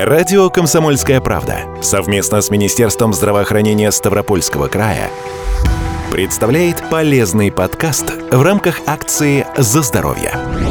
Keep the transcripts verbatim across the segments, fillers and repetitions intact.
Радио «Комсомольская правда» совместно с Министерством здравоохранения Ставропольского края представляет полезный подкаст в рамках акции «За здоровье».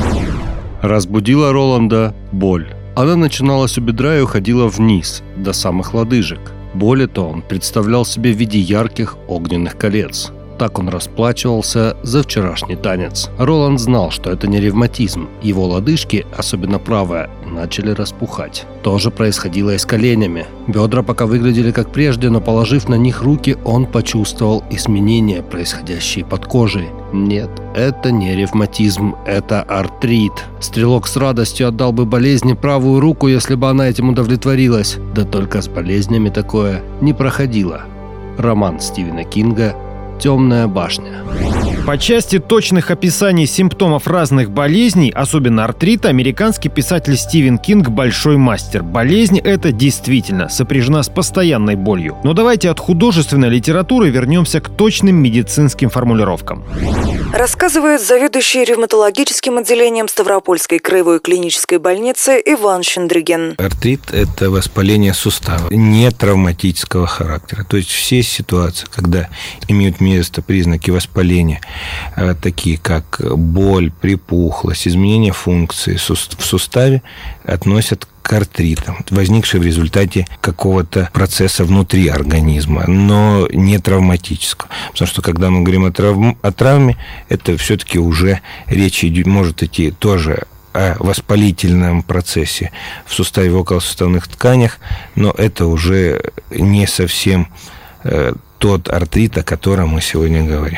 Разбудила Роланда боль. Она начиналась у бедра и уходила вниз, до самых лодыжек. Боль эту он представлял себе в виде ярких огненных колец. Так он расплачивался за вчерашний танец. Роланд знал, что это не ревматизм. Его лодыжки, особенно правая, начали распухать. То же происходило и с коленями. Бедра пока выглядели как прежде, но положив на них руки, он почувствовал изменения, происходящие под кожей. Нет, это не ревматизм, это артрит. Стрелок с радостью отдал бы болезни правую руку, если бы она этим удовлетворилась. Да только с болезнями такое не проходило. Роман Стивена Кинга «Темная башня». По части точных описаний симптомов разных болезней, особенно артрита, американский писатель Стивен Кинг – большой мастер. Болезнь эта действительно сопряжена с постоянной болью. Но давайте от художественной литературы вернемся к точным медицинским формулировкам. Рассказывает заведующий ревматологическим отделением Ставропольской краевой клинической больницы Иван Шендрыгин. Артрит – это воспаление сустава, не травматического характера. То есть все ситуации, когда имеют место признаки воспаления, такие как боль, припухлость, изменение функции в суставе, относят к артритам, возникшие в результате какого-то процесса внутри организма, но не травматического. Потому что когда мы говорим о, травм, о травме, это все-таки уже речь идет, может идти тоже о воспалительном процессе в суставе, в околосуставных тканях, но это уже не совсем э, тот артрит, о котором мы сегодня говорим.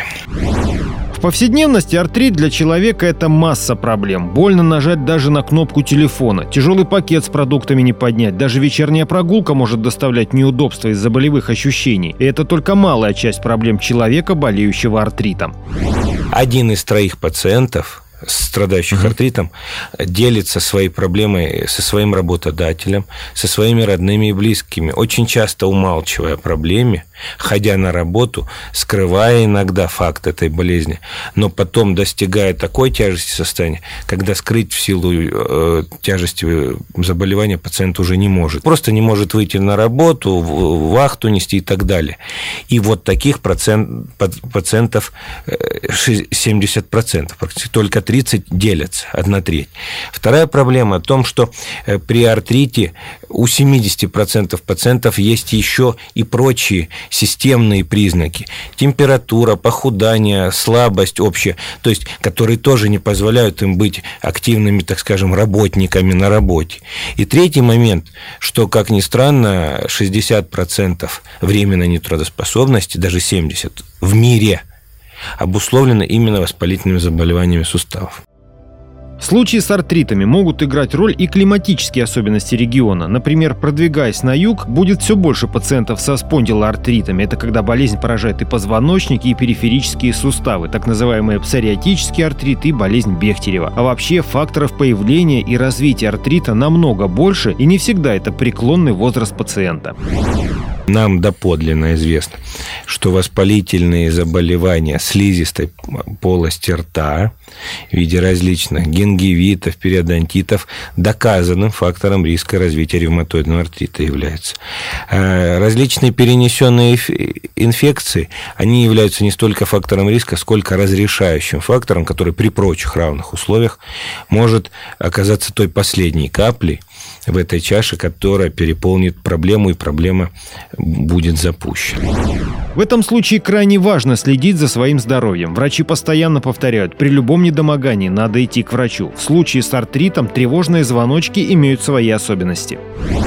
В повседневности артрит для человека – это масса проблем. Больно нажать даже на кнопку телефона. Тяжелый пакет с продуктами не поднять. Даже вечерняя прогулка может доставлять неудобства из-за болевых ощущений. И это только малая часть проблем человека, болеющего артритом. Один из троих пациентов, страдающих uh-huh. артритом, делится своей проблемой со своим работодателем, со своими родными и близкими, очень часто умалчивая о проблеме, ходя на работу, скрывая иногда факт этой болезни, но потом достигая такой тяжести состояния, когда скрыть в силу э, тяжести заболевания пациент уже не может. Просто не может выйти на работу, вахту нести и так далее. И вот таких процент, пациентов семьдесят процентов, практически только тридцать делятся, одна треть. Вторая проблема о том, что при артрите у семьдесят процентов пациентов есть еще и прочие системные признаки. Температура, похудание, слабость общая, то есть, которые тоже не позволяют им быть активными, так скажем, работниками на работе. И третий момент, что, как ни странно, шестьдесят процентов временной нетрудоспособности, даже семьдесят процентов в мире обусловлено именно воспалительными заболеваниями суставов. В случае с артритами могут играть роль и климатические особенности региона. Например, продвигаясь на юг, будет все больше пациентов со спондилоартритами. Это когда болезнь поражает и позвоночник, и периферические суставы, так называемые псориатический артрит и болезнь Бехтерева. А вообще факторов появления и развития артрита намного больше, и не всегда это преклонный возраст пациента. Нам доподлинно известно, что воспалительные заболевания слизистой полости рта в виде различных гингивитов, периодонтитов доказанным фактором риска развития ревматоидного артрита являются. Различные перенесенные инфекции, они являются не столько фактором риска, сколько разрешающим фактором, который при прочих равных условиях может оказаться той последней каплей в этой чаше, которая переполнит проблему, и проблема будет запущена. В этом случае крайне важно следить за своим здоровьем. Врачи постоянно повторяют, при любом недомогании надо идти к врачу. В случае с артритом тревожные звоночки имеют свои особенности.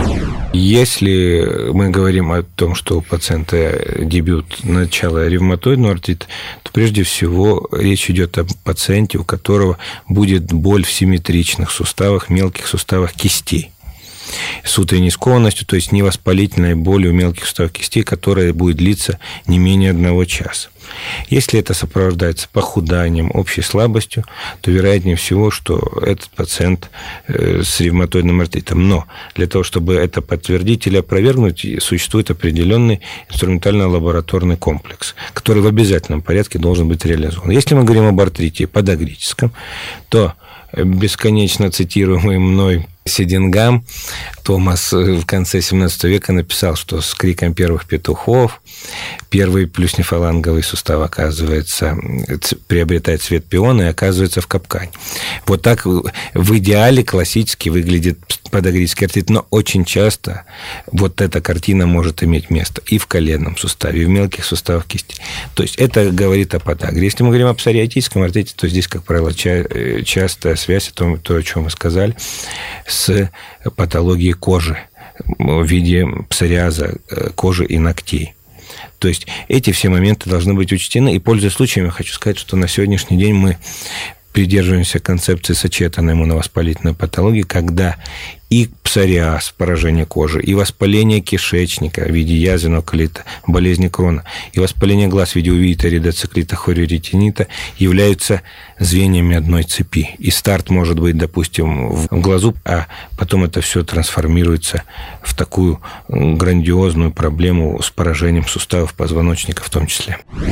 Если мы говорим о том, что у пациента дебют начала ревматоидного артрита, то прежде всего речь идет о пациенте, у которого будет боль в симметричных суставах, мелких суставах кистей. С утренней скованностью, то есть невоспалительной болью мелких суставов кистей, которая будет длиться не менее одного часа. Если это сопровождается похуданием, общей слабостью, то вероятнее всего, что этот пациент с ревматоидным артритом. Но для того, чтобы это подтвердить или опровергнуть, существует определенный инструментально-лабораторный комплекс, который в обязательном порядке должен быть реализован. Если мы говорим об артрите подагрическом, то бесконечно цитируемый мной Сидингам Томас в конце семнадцатого века написал, что с криком первых петухов первый плюснефаланговый сустав, оказывается, приобретает цвет пиона и оказывается в капкане. Вот так в идеале классически выглядит подагрический артрит, но очень часто вот эта картина может иметь место и в коленном суставе, и в мелких суставах кисти. То есть это говорит о подагре. Если мы говорим о псориатическом артрите, то здесь, как правило, частая связь, то, то о чем вы сказали, с патологией кожи в виде псориаза кожи и ногтей. То есть эти все моменты должны быть учтены. И, пользуясь случаем, я хочу сказать, что на сегодняшний день мы придерживаемся концепции сочетанной иммуновоспалительной патологии, когда и псориаз, поражение кожи, и воспаление кишечника в виде язвенного колита, болезни Крона, и воспаление глаз в виде увеита, редоциклита, хориоретинита являются звеньями одной цепи. И старт может быть, допустим, в глазу, а потом это все трансформируется в такую грандиозную проблему с поражением суставов позвоночника в том числе.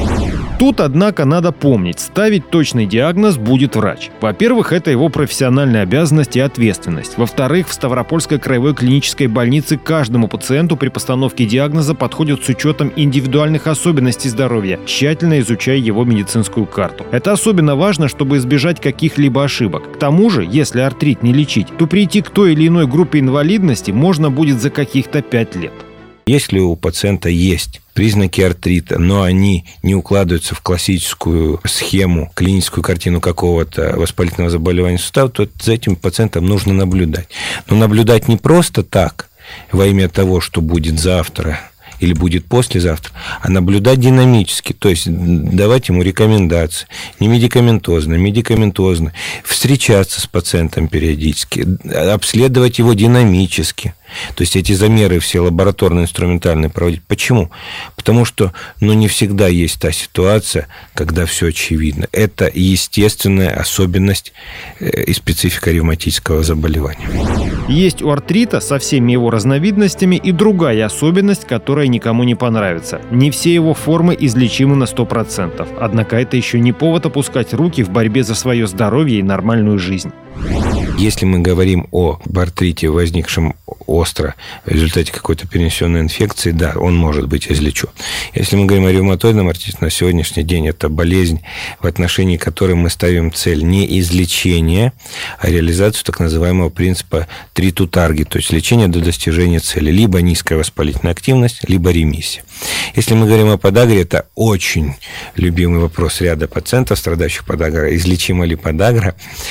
Тут, однако, надо помнить, ставить точный диагноз будет врач. Во-первых, это его профессиональная обязанность и ответственность. Во-вторых, в Ставропольской краевой клинической больнице каждому пациенту при постановке диагноза подходят с учетом индивидуальных особенностей здоровья, тщательно изучая его медицинскую карту. Это особенно важно, чтобы избежать каких-либо ошибок. К тому же, если артрит не лечить, то прийти к той или иной группе инвалидности можно будет за каких-то пять лет. Если у пациента есть признаки артрита, но они не укладываются в классическую схему, клиническую картину какого-то воспалительного заболевания сустава, то за этим пациентом нужно наблюдать. Но наблюдать не просто так, во имя того, что будет завтра или будет послезавтра, а наблюдать динамически, то есть давать ему рекомендации, не медикаментозные, медикаментозные, встречаться с пациентом периодически, обследовать его динамически. То есть эти замеры все лабораторно-инструментальные проводить. Почему? Потому что ну, не всегда есть та ситуация, когда все очевидно. Это естественная особенность и специфика ревматического заболевания. Есть у артрита со всеми его разновидностями и другая особенность, которая никому не понравится. Не все его формы излечимы на сто процентов. Однако это еще не повод опускать руки в борьбе за свое здоровье и нормальную жизнь. Если мы говорим о артрите, возникшем остро в результате какой-то перенесенной инфекции, да, он может быть излечен. Если мы говорим о ревматоидном артрите, на сегодняшний день это болезнь, в отношении которой мы ставим цель не излечения, а реализацию так называемого принципа treat to target, то есть лечение до достижения цели. Либо низкая воспалительная активность, либо ремиссия. Если мы говорим о подагре, это очень любимый вопрос ряда пациентов, страдающих подагрой. Излечима ли подагра?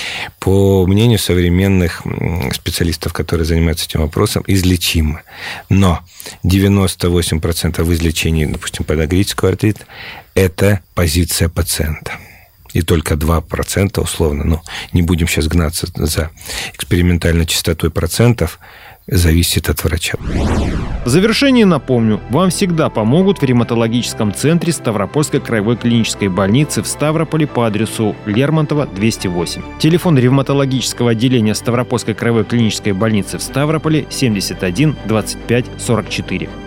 По мнению современных специалистов, которые занимаются этим вопросом, излечимо. Но девяносто восемь процентов в излечении, допустим, подагрического артрита – это позиция пациента. И только два процента, условно, ну, не будем сейчас гнаться за экспериментальной частотой процентов, зависит от врача. В завершение напомню, вам всегда помогут в ревматологическом центре Ставропольской краевой клинической больницы в Ставрополе по адресу Лермонтова, двести восемь. Телефон ревматологического отделения Ставропольской краевой клинической больницы в Ставрополе семьдесят один двадцать пять сорок четыре.